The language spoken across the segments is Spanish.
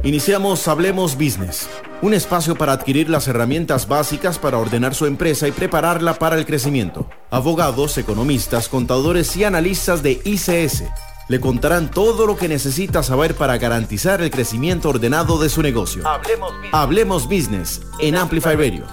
Iniciamos Hablemos Business, un espacio para adquirir las herramientas básicas para ordenar su empresa y prepararla para el crecimiento. Abogados, economistas, contadores y analistas de ICS le contarán todo lo que necesita saber para garantizar el crecimiento ordenado de su negocio. Hablemos Business en Amplify Radio.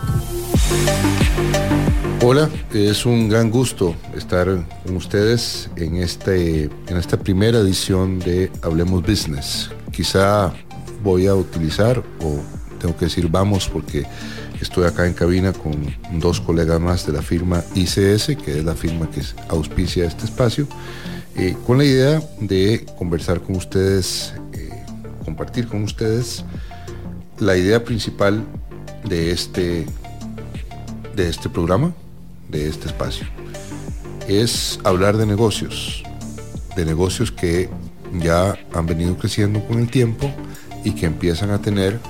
Hola, es un gran gusto estar con ustedes en esta primera edición de Hablemos Business. Quizá voy a utilizar, o tengo que decir vamos, porque estoy acá en cabina con dos colegas más de la firma ICS, que es la firma que auspicia este espacio, con la idea de conversar con ustedes, compartir con ustedes la idea principal de este programa, de este espacio. Es hablar de negocios que ya han venido creciendo con el tiempo y que empiezan a tener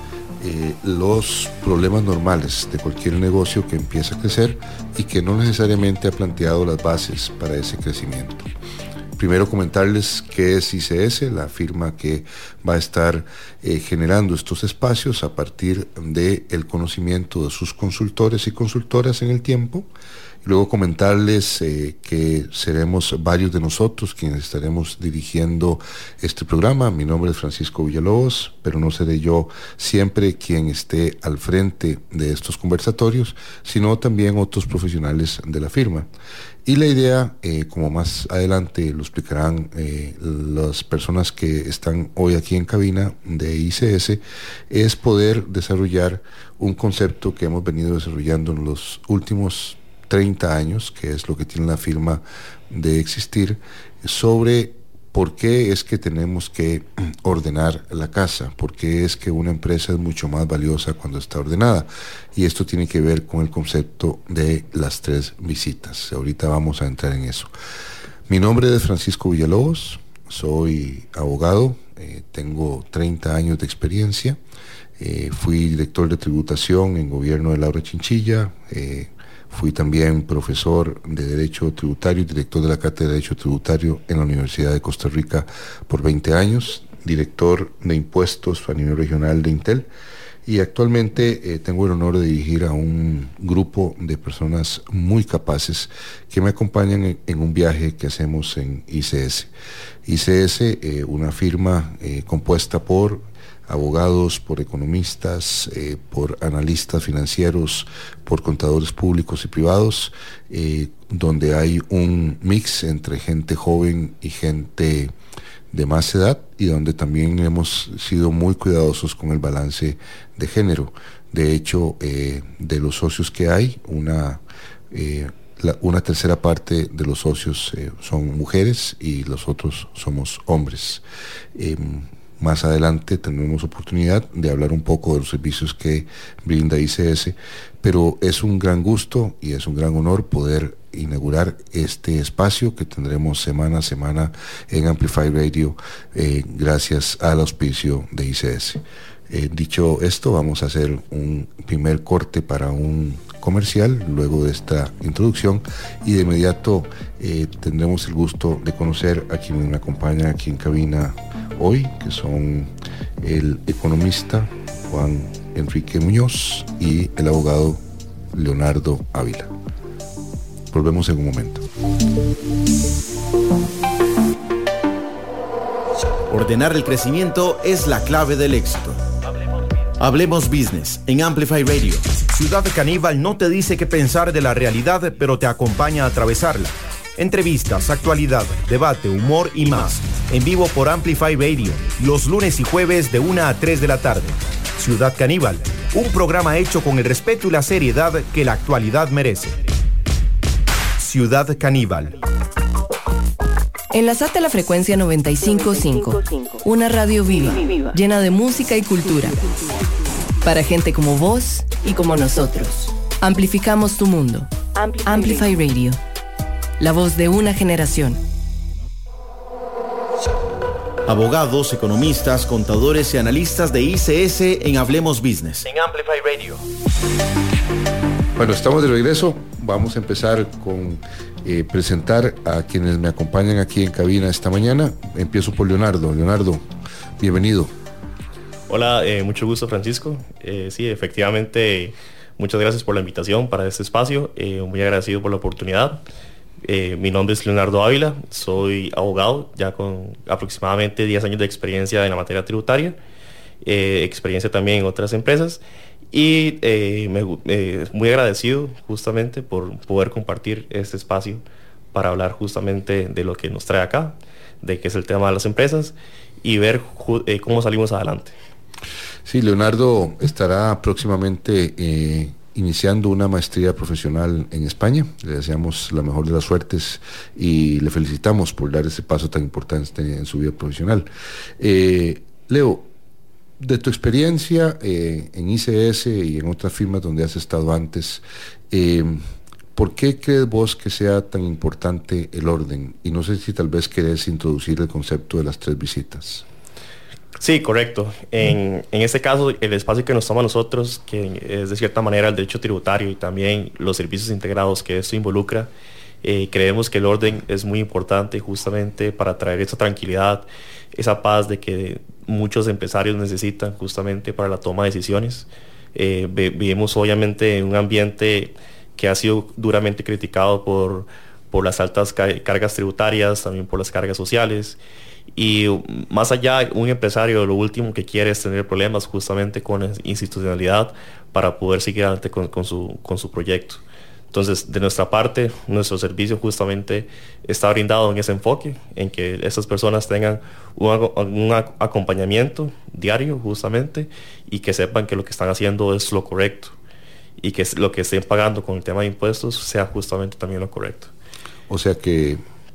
los problemas normales de cualquier negocio que empieza a crecer y que no necesariamente ha planteado las bases para ese crecimiento. Primero comentarles qué es ICS, la firma que va a estar generando estos espacios a partir del conocimiento de sus consultores y consultoras en el tiempo. Y luego comentarles que seremos varios de nosotros quienes estaremos dirigiendo este programa. Mi nombre es Francisco Villalobos, pero no seré yo siempre quien esté al frente de estos conversatorios, sino también otros profesionales de la firma. Y la idea, como más adelante lo explicarán las personas que están hoy aquí en cabina de ICS, es poder desarrollar un concepto que hemos venido desarrollando en los últimos 30 años, que es lo que tiene la firma de existir, sobre por qué es que tenemos que ordenar la casa, por qué es que una empresa es mucho más valiosa cuando está ordenada. Y esto tiene que ver con el concepto de las 3 visitas. Ahorita vamos a entrar en eso. Mi nombre es Francisco Villalobos, soy abogado, tengo 30 años de experiencia, fui director de tributación en gobierno de Laura Chinchilla, fui también profesor de Derecho Tributario y director de la Cátedra de Derecho Tributario en la Universidad de Costa Rica por 20 años, director de impuestos a nivel regional de Intel, y actualmente tengo el honor de dirigir a un grupo de personas muy capaces que me acompañan en un viaje que hacemos en ICS. ICS, una firma compuesta por abogados, por economistas, por analistas financieros, por contadores públicos y privados, donde hay un mix entre gente joven y gente de más edad, y donde también hemos sido muy cuidadosos con el balance de género. De hecho, de los socios que hay, una tercera parte de los socios son mujeres y los otros somos hombres. Más adelante tendremos oportunidad de hablar un poco de los servicios que brinda ICS, pero es un gran gusto y es un gran honor poder inaugurar este espacio que tendremos semana a semana en Amplify Radio, gracias al auspicio de ICS. Dicho esto, vamos a hacer un primer corte para un comercial luego de esta introducción, y de inmediato tendremos el gusto de conocer a quienes me acompañan aquí en cabina hoy, que son el economista Juan Enrique Muñoz y el abogado Leonardo Ávila. Volvemos en un momento. Ordenar el crecimiento es la clave del éxito. Hablemos Business en Amplify Radio. Ciudad Caníbal no te dice qué pensar de la realidad, pero te acompaña a atravesarla. Entrevistas, actualidad, debate, humor y más. En vivo por Amplify Radio, los lunes y jueves de 1 a 3 de la tarde. Ciudad Caníbal, un programa hecho con el respeto y la seriedad que la actualidad merece. Ciudad Caníbal. Enlazate a la frecuencia 95.5, una radio viva, llena de música y cultura. Para gente como vos y como nosotros. Amplificamos tu mundo. Amplify Radio. La voz de una generación. Abogados, economistas, contadores y analistas de ICS en Hablemos Business. En Amplify Radio. Bueno, estamos de regreso. Vamos a empezar con presentar a quienes me acompañan aquí en cabina esta mañana. Empiezo por Leonardo. Leonardo, bienvenido. Hola, mucho gusto, Francisco. Sí, efectivamente, muchas gracias por la invitación para este espacio. Muy agradecido por la oportunidad. Mi nombre es Leonardo Ávila, soy abogado ya con aproximadamente 10 años de experiencia en la materia tributaria, experiencia también en otras empresas y muy agradecido justamente por poder compartir este espacio para hablar justamente de lo que nos trae acá, de qué es el tema de las empresas y ver cómo salimos adelante. Sí, Leonardo estará próximamente iniciando una maestría profesional en España. Le deseamos la mejor de las suertes y le felicitamos por dar ese paso tan importante en su vida profesional. Leo, de tu experiencia en ICS y en otras firmas donde has estado antes, ¿por qué crees vos que sea tan importante el orden? Y no sé si tal vez querés introducir el concepto de las 3 visitas. Sí, correcto. En este caso, el espacio que nos toma a nosotros, que es de cierta manera el derecho tributario y también los servicios integrados que esto involucra, creemos que el orden es muy importante justamente para traer esa tranquilidad, esa paz de que muchos empresarios necesitan justamente para la toma de decisiones. Vivimos obviamente en un ambiente que ha sido duramente criticado por las altas cargas tributarias, también por las cargas sociales. Y más allá, un empresario lo último que quiere es tener problemas justamente con la institucionalidad para poder seguir adelante con su proyecto. Entonces, de nuestra parte, nuestro servicio justamente está brindado en ese enfoque, en que estas personas tengan un acompañamiento diario justamente y que sepan que lo que están haciendo es lo correcto y que lo que estén pagando con el tema de impuestos sea justamente también lo correcto. O sea que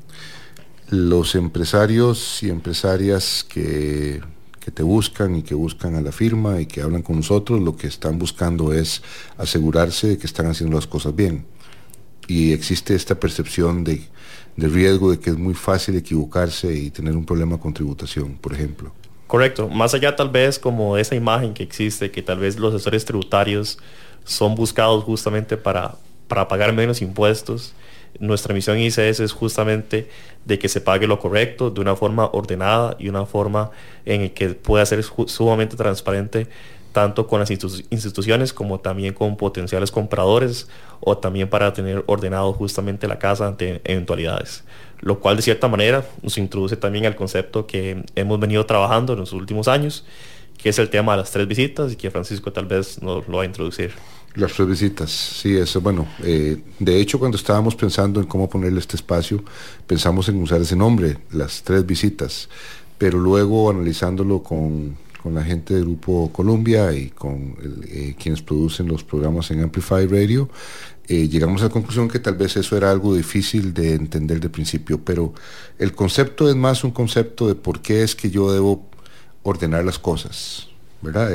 los empresarios y empresarias que te buscan y que buscan a la firma y que hablan con nosotros, lo que están buscando es asegurarse de que están haciendo las cosas bien. Y existe esta percepción de riesgo de que es muy fácil equivocarse y tener un problema con tributación, por ejemplo. Correcto. Más allá tal vez como esa imagen que existe, que tal vez los asesores tributarios son buscados justamente para pagar menos impuestos. Nuestra misión en ICS es justamente de que se pague lo correcto de una forma ordenada y una forma en la que pueda ser sumamente transparente tanto con las instituciones como también con potenciales compradores o también para tener ordenado justamente la casa ante eventualidades. Lo cual de cierta manera nos introduce también al concepto que hemos venido trabajando en los últimos años, que es el tema de las 3 visitas y que Francisco tal vez nos lo va a introducir. Las 3 visitas, sí, eso, bueno, de hecho cuando estábamos pensando en cómo ponerle este espacio, pensamos en usar ese nombre, las 3 visitas, pero luego analizándolo con la gente del Grupo Columbia y con quienes producen los programas en Amplify Radio, llegamos a la conclusión que tal vez eso era algo difícil de entender de principio, pero el concepto es más un concepto de por qué es que yo debo ordenar las cosas, ¿verdad?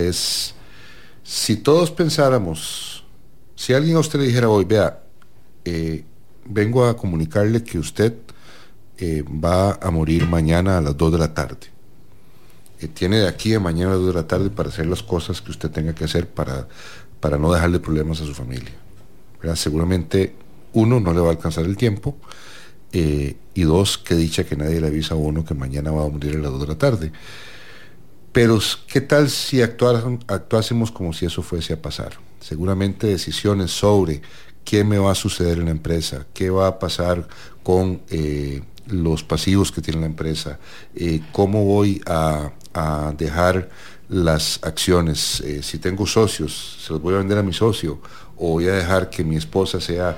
Si todos pensáramos, si alguien a usted le dijera hoy, vea, vengo a comunicarle que usted va a morir mañana a las 2 de la tarde. Tiene de aquí a mañana a las 2 de la tarde para hacer las cosas que usted tenga que hacer para no dejarle problemas a su familia, ¿verdad? Seguramente, 1, no le va a alcanzar el tiempo, y 2, qué dicha que nadie le avisa a uno que mañana va a morir a las 2 de la tarde. Pero, ¿qué tal si actuásemos como si eso fuese a pasar? Seguramente decisiones sobre qué me va a suceder en la empresa, qué va a pasar con los pasivos que tiene la empresa, cómo voy a dejar las acciones, si tengo socios, se los voy a vender a mi socio, o voy a dejar que mi esposa sea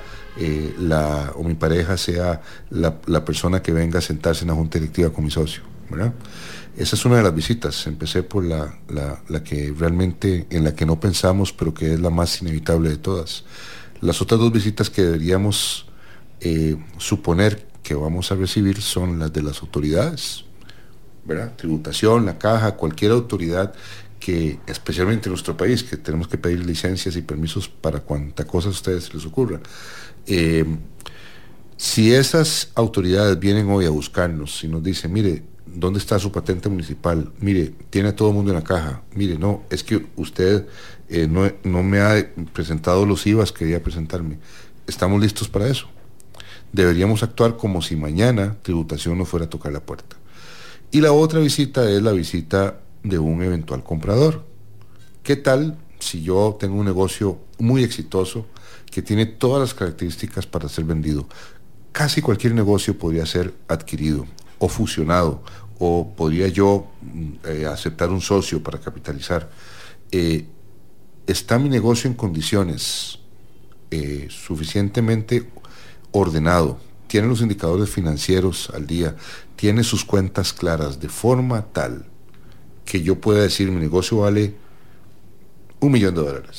o mi pareja sea la persona que venga a sentarse en la junta directiva con mi socio, ¿verdad? Esa es una de las visitas. Empecé por la que realmente, en la que no pensamos, pero que es la más inevitable de todas. Las otras 2 visitas que deberíamos suponer que vamos a recibir son las de las autoridades, ¿verdad? Tributación, la caja, cualquier autoridad que, especialmente en nuestro país, que tenemos que pedir licencias y permisos para cuanta cosa a ustedes les ocurra. Si esas autoridades vienen hoy a buscarnos y nos dicen, mire, ¿dónde está su patente municipal? Mire, tiene a todo el mundo en la caja. Mire, no, es que usted no me ha presentado los IVAs que quería presentarme. Estamos listos para eso. Deberíamos actuar como si mañana tributación no fuera a tocar la puerta. Y la otra visita es la visita de un eventual comprador. ¿Qué tal si yo tengo un negocio muy exitoso que tiene todas las características para ser vendido? Casi cualquier negocio podría ser adquirido o fusionado, o podría yo aceptar un socio para capitalizar. ¿Está mi negocio en condiciones suficientemente ordenado? ¿Tiene los indicadores financieros al día? ¿Tiene sus cuentas claras de forma tal que yo pueda decir mi negocio vale $1 millón?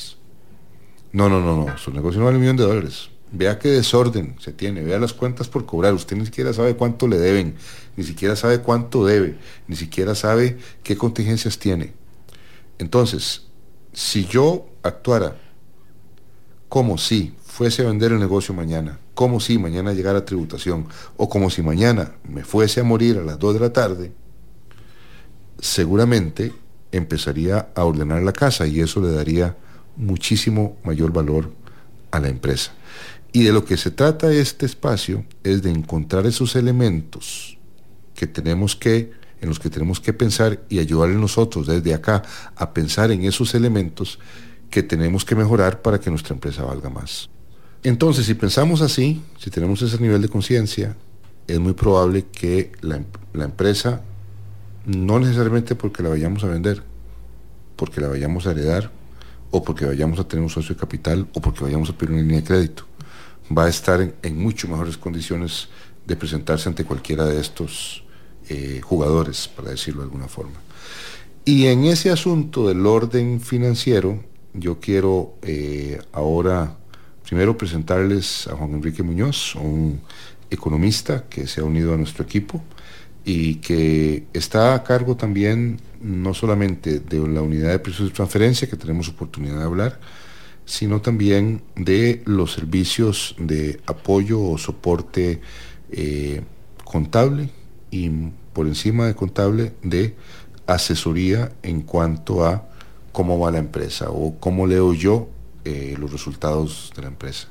No, su negocio no vale $1 millón. Vea qué desorden se tiene, vea las cuentas por cobrar. Usted ni siquiera sabe cuánto le deben, ni siquiera sabe cuánto debe, ni siquiera sabe qué contingencias tiene. Entonces, si yo actuara como si fuese a vender el negocio mañana, como si mañana llegara tributación, o como si mañana me fuese a morir a las 2 de la tarde, seguramente empezaría a ordenar la casa, y eso le daría muchísimo mayor valor a la empresa. Y de lo que se trata este espacio es de encontrar esos elementos en los que tenemos que pensar, y ayudarle nosotros desde acá a pensar en esos elementos que tenemos que mejorar para que nuestra empresa valga más. Entonces, si pensamos así, si tenemos ese nivel de conciencia, es muy probable que la empresa, no necesariamente porque la vayamos a vender, porque la vayamos a heredar, o porque vayamos a tener un socio de capital, o porque vayamos a pedir una línea de crédito, va a estar en mucho mejores condiciones de presentarse ante cualquiera de estos jugadores, para decirlo de alguna forma. Y en ese asunto del orden financiero, yo quiero ahora primero presentarles a Juan Enrique Muñoz, un economista que se ha unido a nuestro equipo y que está a cargo también no solamente de la unidad de precios de transferencia, que tenemos oportunidad de hablar, sino también de los servicios de apoyo o soporte contable, y por encima de contable, de asesoría en cuanto a cómo va la empresa o cómo leo yo los resultados de la empresa.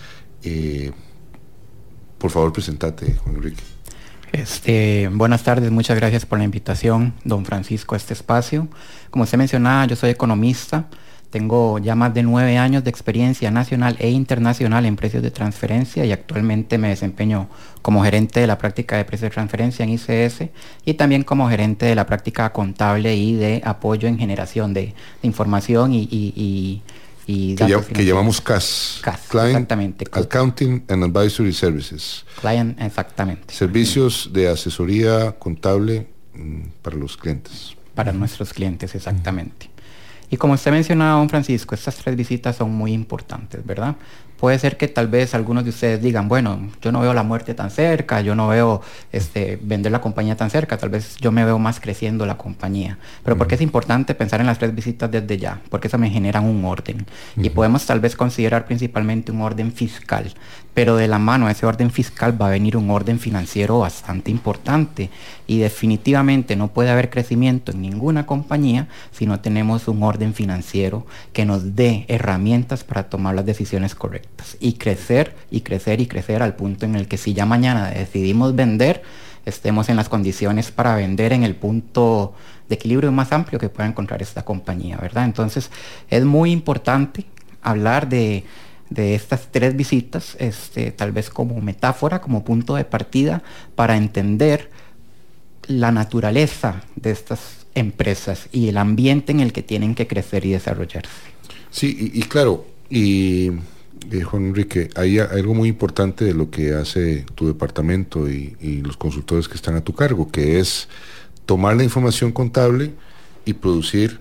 Por favor, presentate, Juan Enrique. Buenas tardes, muchas gracias por la invitación, don Francisco, a este espacio. Como usted mencionaba, yo soy economista. Tengo ya más de 9 años de experiencia nacional e internacional en precios de transferencia, y actualmente me desempeño como gerente de la práctica de precios de transferencia en ICS, y también como gerente de la práctica contable y de apoyo en generación de información y datos que llamamos CAS. Client, exactamente. Accounting and Advisory Services. Client, exactamente. Servicios de asesoría contable para los clientes. Para nuestros clientes, exactamente. Y como usted mencionaba, don Francisco, estas 3 visitas son muy importantes, ¿verdad? Puede ser que tal vez algunos de ustedes digan, bueno, yo no veo la muerte tan cerca, yo no veo vender la compañía tan cerca, tal vez yo me veo más creciendo la compañía. Pero ¿por qué es importante pensar en las 3 visitas desde ya? Porque eso me genera un orden. Y podemos tal vez considerar principalmente un orden fiscal, pero de la mano de ese orden fiscal va a venir un orden financiero bastante importante. Y definitivamente no puede haber crecimiento en ninguna compañía si no tenemos un orden financiero que nos dé herramientas para tomar las decisiones correctas. Y crecer, y crecer, y crecer al punto en el que si ya mañana decidimos vender, estemos en las condiciones para vender en el punto de equilibrio más amplio que pueda encontrar esta compañía, ¿verdad? Entonces, es muy importante hablar de estas 3 visitas, tal vez como metáfora, como punto de partida para entender la naturaleza de estas empresas y el ambiente en el que tienen que crecer y desarrollarse. Sí, y claro, Juan Enrique, hay algo muy importante de lo que hace tu departamento y los consultores que están a tu cargo, que es tomar la información contable y producir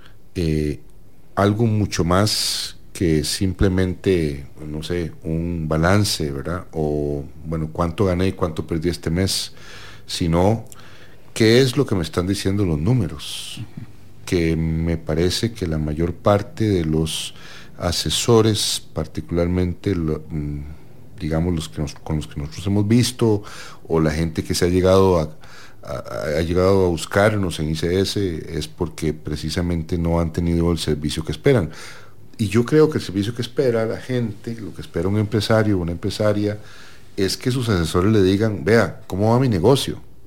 algo mucho más que simplemente, no sé, un balance, ¿verdad? O, bueno, cuánto gané y cuánto perdí este mes, sino qué es lo que me están diciendo los números, que me parece que la mayor parte de los asesores, particularmente digamos con los que nosotros hemos visto, o la gente que se ha llegado a buscarnos en ICS, es porque precisamente no han tenido el servicio que esperan. Y yo creo que el servicio que espera la gente, lo que espera un empresario o una empresaria, es que sus asesores le digan, vea, ¿cómo va mi negocio?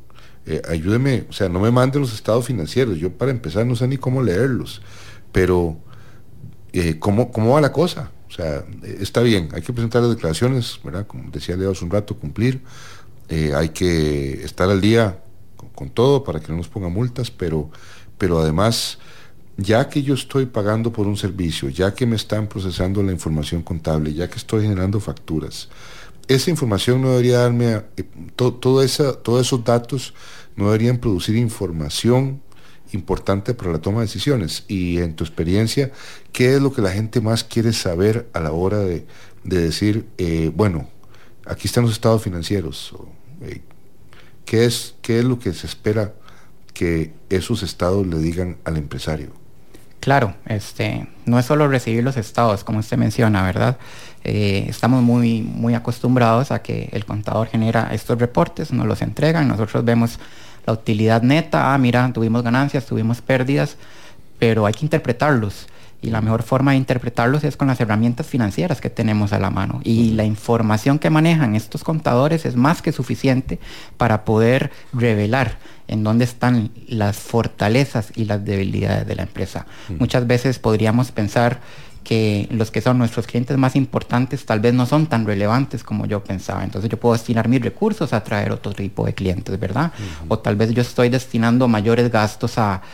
ayúdeme, o sea, no me manden los estados financieros, yo para empezar no sé ni cómo leerlos, pero ¿cómo va la cosa? O sea, está bien, hay que presentar las declaraciones, ¿verdad? Como decía Leo hace un rato, cumplir, hay que estar al día con todo para que no nos pongan multas, pero además, ya que yo estoy pagando por un servicio, ya que me están procesando la información contable, ya que estoy generando facturas, esa información no debería darme, todos esos datos no deberían producir información importante para la toma de decisiones. Y en tu experiencia, ¿qué es lo que la gente más quiere saber a la hora de decir, bueno, aquí están los estados financieros? ¿Qué es lo que se espera que esos estados le digan al empresario? Claro, no es solo recibir los estados, como usted menciona, ¿verdad? Estamos muy acostumbrados a que el contador genera estos reportes, nos los entregan, nosotros vemos la utilidad neta, mira, tuvimos ganancias, tuvimos pérdidas, pero hay que interpretarlos. Y la mejor forma de interpretarlos es con las herramientas financieras que tenemos a la mano. Y la información que manejan estos contadores es más que suficiente para poder revelar en dónde están las fortalezas y las debilidades de la empresa. Muchas veces podríamos pensar que los que son nuestros clientes más importantes tal vez no son tan relevantes como yo pensaba. Entonces yo puedo destinar mis recursos a atraer otro tipo de clientes, ¿verdad? O tal vez yo estoy destinando mayores gastos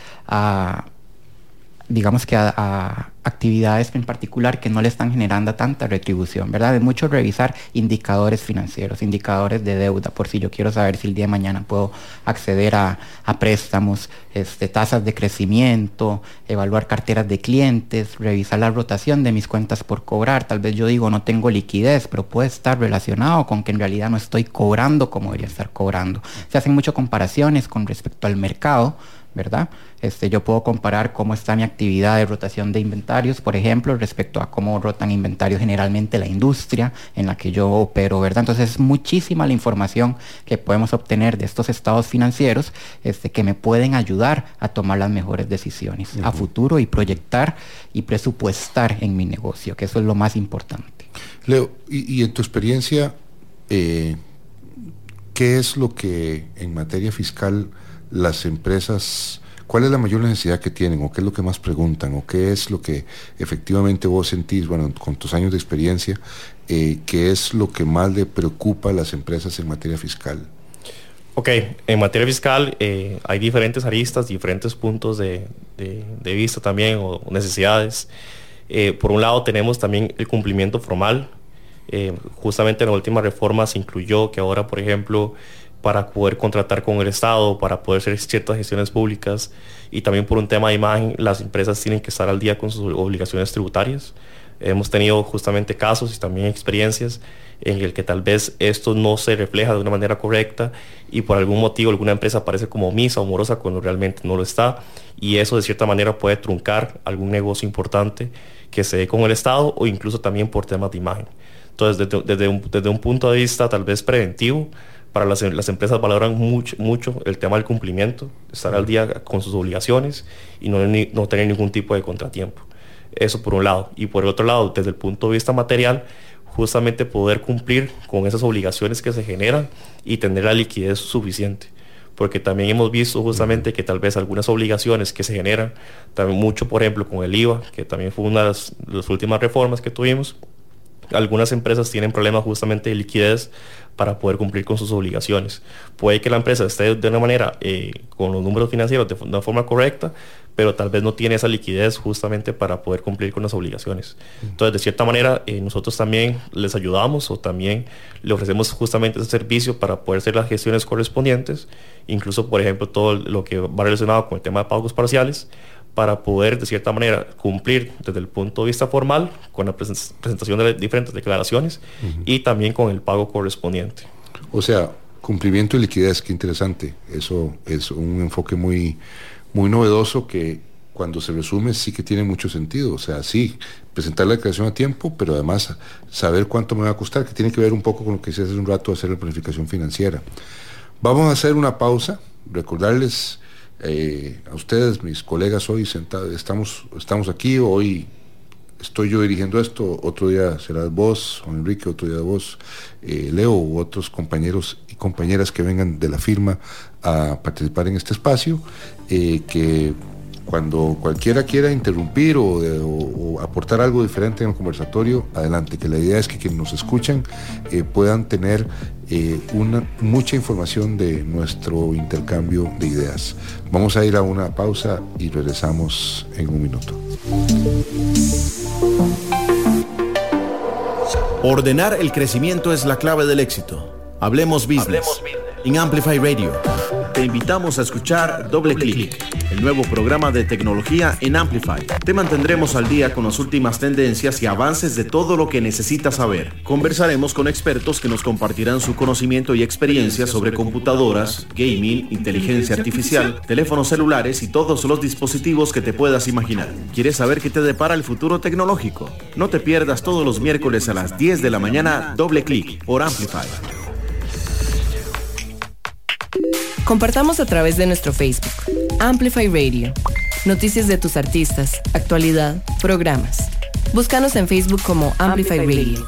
digamos que a actividades en particular que no le están generando tanta retribución, ¿verdad? Es mucho revisar indicadores financieros, indicadores de deuda, por si yo quiero saber si el día de mañana puedo acceder a préstamos, tasas de crecimiento, evaluar carteras de clientes, revisar la rotación de mis cuentas por cobrar. Tal vez yo digo no tengo liquidez, pero puede estar relacionado con que en realidad no estoy cobrando como debería estar cobrando. Se hacen muchas comparaciones con respecto al mercado, ¿verdad? Yo puedo comparar cómo está mi actividad de rotación de inventarios, por ejemplo, respecto a cómo rotan inventarios generalmente la industria en la que yo opero, ¿verdad? Entonces es muchísima la información que podemos obtener de estos estados financieros que me pueden ayudar a tomar las mejores decisiones a futuro y proyectar y presupuestar en mi negocio, que eso es lo más importante. Leo, y en tu experiencia, ¿qué es lo que en materia fiscal las empresas, cuál es la mayor necesidad que tienen, o qué es lo que más preguntan, o qué es lo que efectivamente vos sentís, bueno, con tus años de experiencia, qué es lo que más le preocupa a las empresas en materia fiscal? Ok, en materia fiscal hay diferentes aristas, diferentes puntos de vista también, o necesidades. Por un lado tenemos también el cumplimiento formal. Justamente en la última reforma se incluyó que ahora, por ejemplo, para poder contratar con el Estado, para poder hacer ciertas gestiones públicas y también por un tema de imagen, las empresas tienen que estar al día con sus obligaciones tributarias. Hemos tenido justamente casos y también experiencias en el que tal vez esto no se refleja de una manera correcta y por algún motivo alguna empresa aparece como omisa o morosa cuando realmente no lo está, y eso de cierta manera puede truncar algún negocio importante que se dé con el Estado o incluso también por temas de imagen. Entonces, desde un punto de vista tal vez preventivo, para las empresas valoran mucho el tema del cumplimiento, estar al día con sus obligaciones y no tener ningún tipo de contratiempo. Eso por un lado. Y por el otro lado, desde el punto de vista material, justamente poder cumplir con esas obligaciones que se generan y tener la liquidez suficiente. Porque también hemos visto justamente que tal vez algunas obligaciones que se generan, también mucho por ejemplo con el IVA, que también fue una de las últimas reformas que tuvimos, algunas empresas tienen problemas justamente de liquidez para poder cumplir con sus obligaciones. Puede que la empresa esté de una manera con los números financieros de una forma correcta, pero tal vez no tiene esa liquidez justamente para poder cumplir con las obligaciones. Entonces, de cierta manera, nosotros también les ayudamos o también le ofrecemos justamente ese servicio para poder hacer las gestiones correspondientes, incluso, por ejemplo, todo lo que va relacionado con el tema de pagos parciales, para poder, de cierta manera, cumplir desde el punto de vista formal con la presentación de diferentes declaraciones y también con el pago correspondiente. O sea, cumplimiento y liquidez, qué interesante. Eso es un enfoque muy novedoso que cuando se resume sí que tiene mucho sentido. O sea, sí, presentar la declaración a tiempo, pero además saber cuánto me va a costar, que tiene que ver un poco con lo que decía hace un rato, hacer la planificación financiera. Vamos a hacer una pausa, recordarles a ustedes, mis colegas, hoy sentados, estamos aquí, hoy estoy yo dirigiendo esto, otro día serás vos, Juan Enrique, otro día vos, Leo, u otros compañeros y compañeras que vengan de la firma a participar en este espacio, que cuando cualquiera quiera interrumpir o aportar algo diferente en el conversatorio, adelante, que la idea es que quienes nos escuchan puedan tener mucha información de nuestro intercambio de ideas. Vamos a ir a una pausa y regresamos en un minuto. Ordenar el crecimiento es la clave del éxito. Hablemos Business. En Amplify Radio. Te invitamos a escuchar Doble Clic, el nuevo programa de tecnología en Amplify. Te mantendremos al día con las últimas tendencias y avances de todo lo que necesitas saber. Conversaremos con expertos que nos compartirán su conocimiento y experiencia sobre computadoras, gaming, inteligencia artificial, teléfonos celulares y todos los dispositivos que te puedas imaginar. ¿Quieres saber qué te depara el futuro tecnológico? No te pierdas todos los miércoles a las 10 de la mañana Doble Clic por Amplify. Compartamos a través de nuestro Facebook, Amplify Radio. Noticias de tus artistas, actualidad, programas. Búscanos en Facebook como Amplify Radio.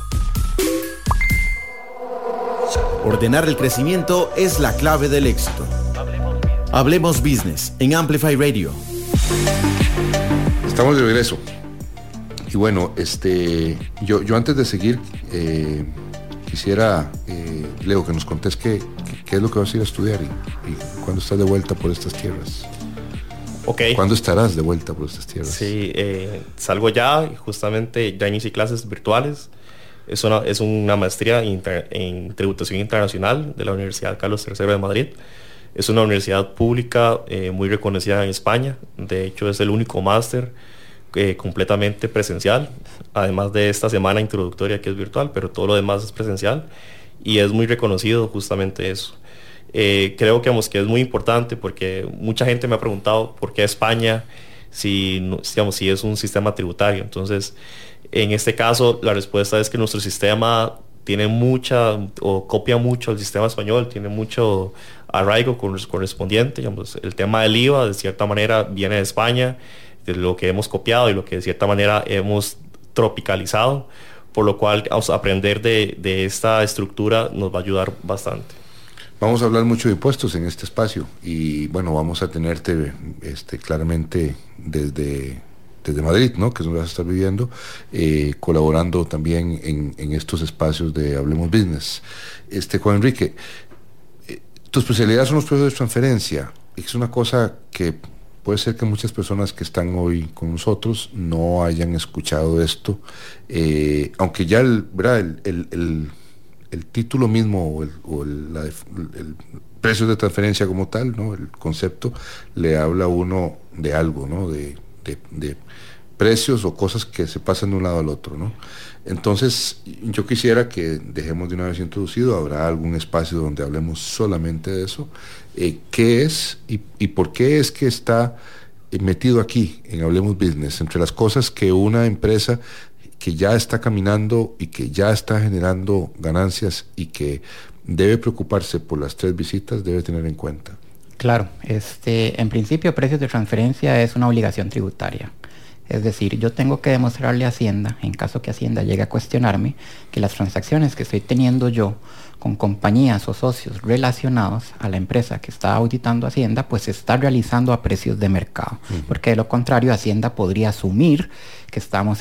Ordenar el crecimiento es la clave del éxito. Hablemos Business en Amplify Radio. Estamos de regreso. Y bueno, yo antes de seguir, quisiera, Leo, que nos contés qué es lo que vas a ir a estudiar y cuándo estás de vuelta por estas tierras. Okay. ¿Cuándo estarás de vuelta por estas tierras? Sí, salgo ya y justamente ya inicié clases virtuales. Es una maestría en tributación internacional de la Universidad Carlos III de Madrid. Es una universidad pública muy reconocida en España. De hecho, es el único máster completamente presencial, además de esta semana introductoria que es virtual, pero todo lo demás es presencial y es muy reconocido justamente eso. Creo que es muy importante porque mucha gente me ha preguntado por qué España si es un sistema tributario. Entonces, en este caso, la respuesta es que nuestro sistema tiene copia mucho el sistema español, tiene mucho arraigo correspondiente. El tema del IVA, de cierta manera, viene de España, de lo que hemos copiado y lo que de cierta manera hemos tropicalizado, por lo cual aprender de esta estructura nos va a ayudar bastante. Vamos a hablar mucho de impuestos en este espacio y bueno, vamos a tenerte claramente desde Madrid, ¿no? Que es donde vas a estar viviendo, colaborando también en estos espacios de Hablemos Business. Juan Enrique, tu especialidad son los procesos de transferencia. Es una cosa que puede ser que muchas personas que están hoy con nosotros no hayan escuchado esto, aunque ya el título mismo o el precio de transferencia como tal, ¿no? El concepto le habla a uno de algo, ¿no? De precios o cosas que se pasan de un lado al otro, ¿no? Entonces, yo quisiera que dejemos de una vez introducido, habrá algún espacio donde hablemos solamente de eso, qué es y por qué es que está metido aquí en Hablemos Business, entre las cosas que una empresa que ya está caminando y que ya está generando ganancias y que debe preocuparse por las 3 visitas, debe tener en cuenta. Claro, en principio precios de transferencia es una obligación tributaria. Es decir, yo tengo que demostrarle a Hacienda, en caso que Hacienda llegue a cuestionarme, que las transacciones que estoy teniendo yo con compañías o socios relacionados a la empresa que está auditando Hacienda, pues se está realizando a precios de mercado. Porque de lo contrario, Hacienda podría asumir que estamos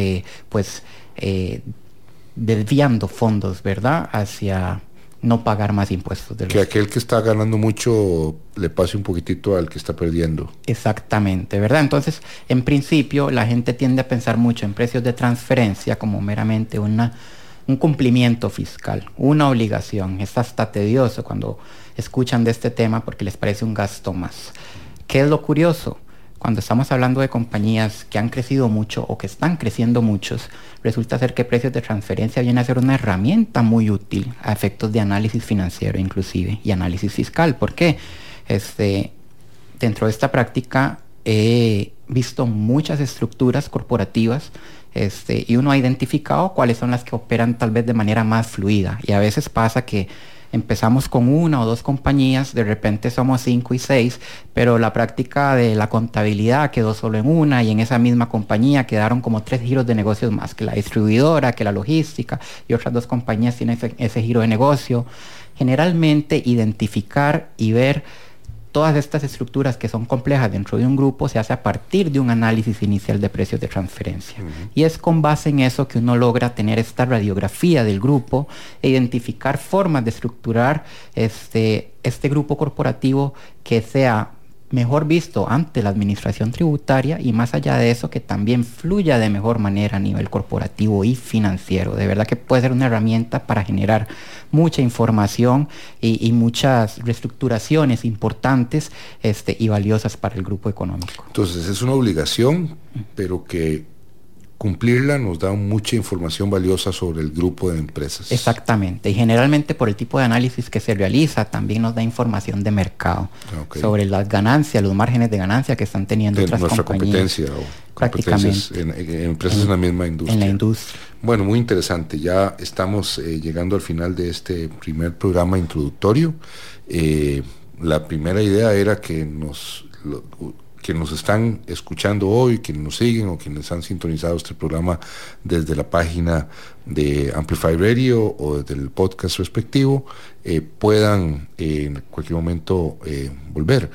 desviando fondos, ¿verdad?, hacia no pagar más impuestos. Que aquel que está ganando mucho le pase un poquitito al que está perdiendo. Exactamente, ¿verdad? Entonces, en principio, la gente tiende a pensar mucho en precios de transferencia como meramente un cumplimiento fiscal, una obligación. Es hasta tedioso cuando escuchan de este tema porque les parece un gasto más. ¿Qué es lo curioso? Cuando estamos hablando de compañías que han crecido mucho o que están creciendo muchos, resulta ser que precios de transferencia viene a ser una herramienta muy útil a efectos de análisis financiero inclusive y análisis fiscal. ¿Por qué? Dentro de esta práctica he visto muchas estructuras corporativas y uno ha identificado cuáles son las que operan tal vez de manera más fluida. Y a veces pasa que empezamos con 1 o 2 compañías, de repente somos 5 y 6, pero la práctica de la contabilidad quedó solo en una, y en esa misma compañía quedaron como 3 giros de negocios más, que la distribuidora, que la logística, y otras 2 compañías tienen ese giro de negocio. Generalmente identificar y ver todas estas estructuras que son complejas dentro de un grupo se hace a partir de un análisis inicial de precios de transferencia. Y es con base en eso que uno logra tener esta radiografía del grupo e identificar formas de estructurar este grupo corporativo que sea mejor visto ante la administración tributaria, y más allá de eso que también fluya de mejor manera a nivel corporativo y financiero. De verdad que puede ser una herramienta para generar mucha información y muchas reestructuraciones importantes y valiosas para el grupo económico. Entonces es una obligación, pero que cumplirla nos da mucha información valiosa sobre el grupo de empresas. Exactamente, y generalmente por el tipo de análisis que se realiza también nos da información de mercado, sobre las ganancias, los márgenes de ganancia que están teniendo otras nuestra compañías. Competencia o competencias en empresas en la misma industria. En la industria. Bueno, muy interesante. Ya estamos llegando al final de este primer programa introductorio. La primera idea era que nos están escuchando hoy, quienes nos siguen o quienes han sintonizado este programa desde la página de Amplify Radio o desde el podcast respectivo, puedan en cualquier momento volver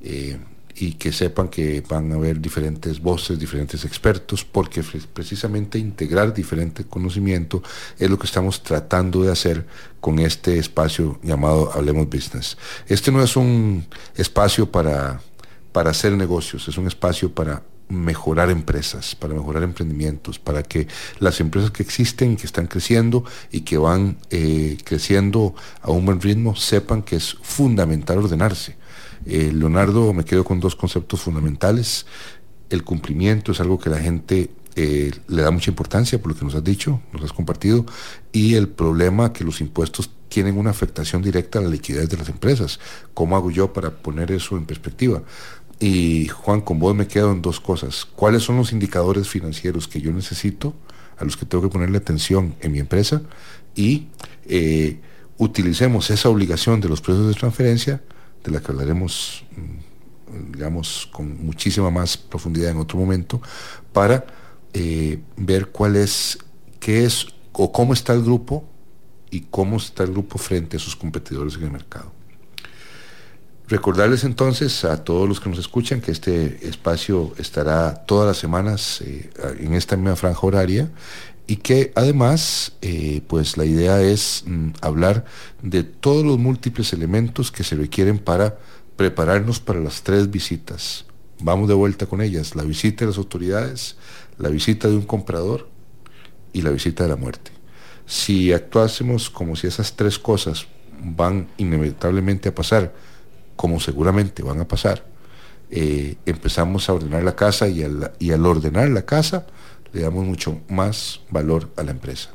y que sepan que van a haber diferentes voces, diferentes expertos, porque precisamente integrar diferente conocimiento es lo que estamos tratando de hacer con este espacio llamado Hablemos Business. Este no es un espacio para hacer negocios, es un espacio para mejorar empresas, para mejorar emprendimientos, para que las empresas que existen, que están creciendo y que van creciendo a un buen ritmo, sepan que es fundamental ordenarse. Leonardo, me quedo con 2 conceptos fundamentales. El cumplimiento es algo que la gente le da mucha importancia por lo que nos has dicho, nos has compartido, y el problema que los impuestos tienen una afectación directa a la liquidez de las empresas. ¿Cómo hago yo para poner eso en perspectiva? Y Juan, con vos me quedo en 2 cosas. ¿Cuáles son los indicadores financieros que yo necesito, a los que tengo que ponerle atención en mi empresa? Y utilicemos esa obligación de los precios de transferencia, de la que hablaremos, digamos, con muchísima más profundidad en otro momento, para ver qué es o cómo está el grupo y cómo está el grupo frente a sus competidores en el mercado. Recordarles entonces a todos los que nos escuchan que este espacio estará todas las semanas en esta misma franja horaria, y que además pues la idea es hablar de todos los múltiples elementos que se requieren para prepararnos para las 3 visitas. Vamos de vuelta con ellas: la visita de las autoridades, la visita de un comprador y la visita de la muerte. Si actuásemos como si esas 3 cosas van inevitablemente a pasar, como seguramente van a pasar, empezamos a ordenar la casa, y al ordenar la casa le damos mucho más valor a la empresa.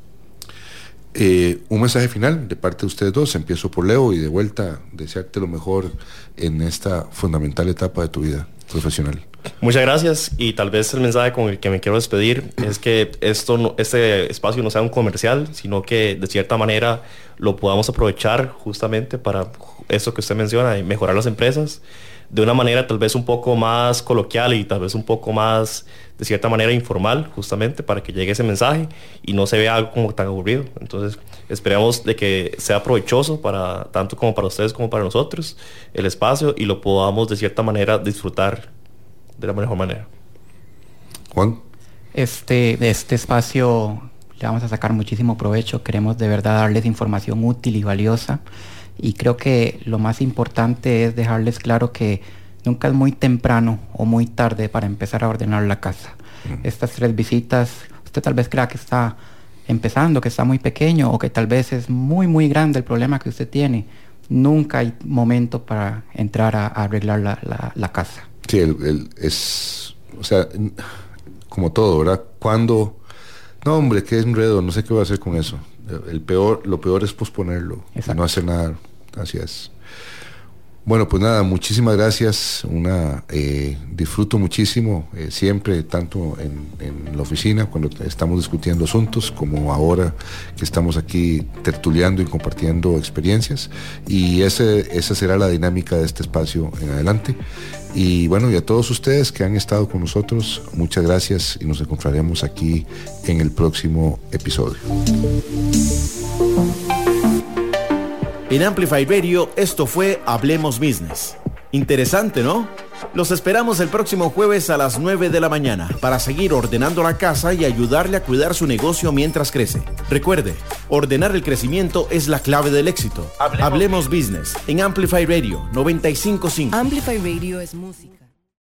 Un mensaje final de parte de ustedes 2. Empiezo por Leo, y de vuelta desearte lo mejor en esta fundamental etapa de tu vida profesional. Muchas gracias, y tal vez el mensaje con el que me quiero despedir es que este espacio no sea un comercial, sino que de cierta manera lo podamos aprovechar justamente para eso que usted menciona, de mejorar las empresas de una manera tal vez un poco más coloquial y tal vez un poco más, de cierta manera, informal, justamente para que llegue ese mensaje y no se vea algo como tan aburrido. Entonces esperemos de que sea provechoso para tanto como para ustedes como para nosotros el espacio, y lo podamos de cierta manera disfrutar de la mejor manera. Juan. De este espacio le vamos a sacar muchísimo provecho. Queremos de verdad darles información útil y valiosa, y creo que lo más importante es dejarles claro que nunca es muy temprano o muy tarde para empezar a ordenar la casa. Estas 3 visitas, usted tal vez crea que está empezando, que está muy pequeño, o que tal vez es muy muy grande el problema que usted tiene. Nunca hay momento para entrar a arreglar la casa. Sí, o sea, como todo, ¿verdad? Cuando, no hombre, qué enredo, no sé qué voy a hacer con eso. Lo peor es posponerlo, no hacer nada. Así es. Bueno, pues nada, muchísimas gracias. Disfruto muchísimo siempre, tanto en la oficina cuando estamos discutiendo asuntos, como ahora que estamos aquí tertuleando y compartiendo experiencias. Y esa será la dinámica de este espacio en adelante. Y bueno, y a todos ustedes que han estado con nosotros, muchas gracias y nos encontraremos aquí en el próximo episodio. En Amplify Radio, esto fue Hablemos Business. Interesante, ¿no? Los esperamos el próximo jueves a las 9 de la mañana para seguir ordenando la casa y ayudarle a cuidar su negocio mientras crece. Recuerde, ordenar el crecimiento es la clave del éxito. Hablemos Business en Amplify Radio 95.5. Amplify Radio es música.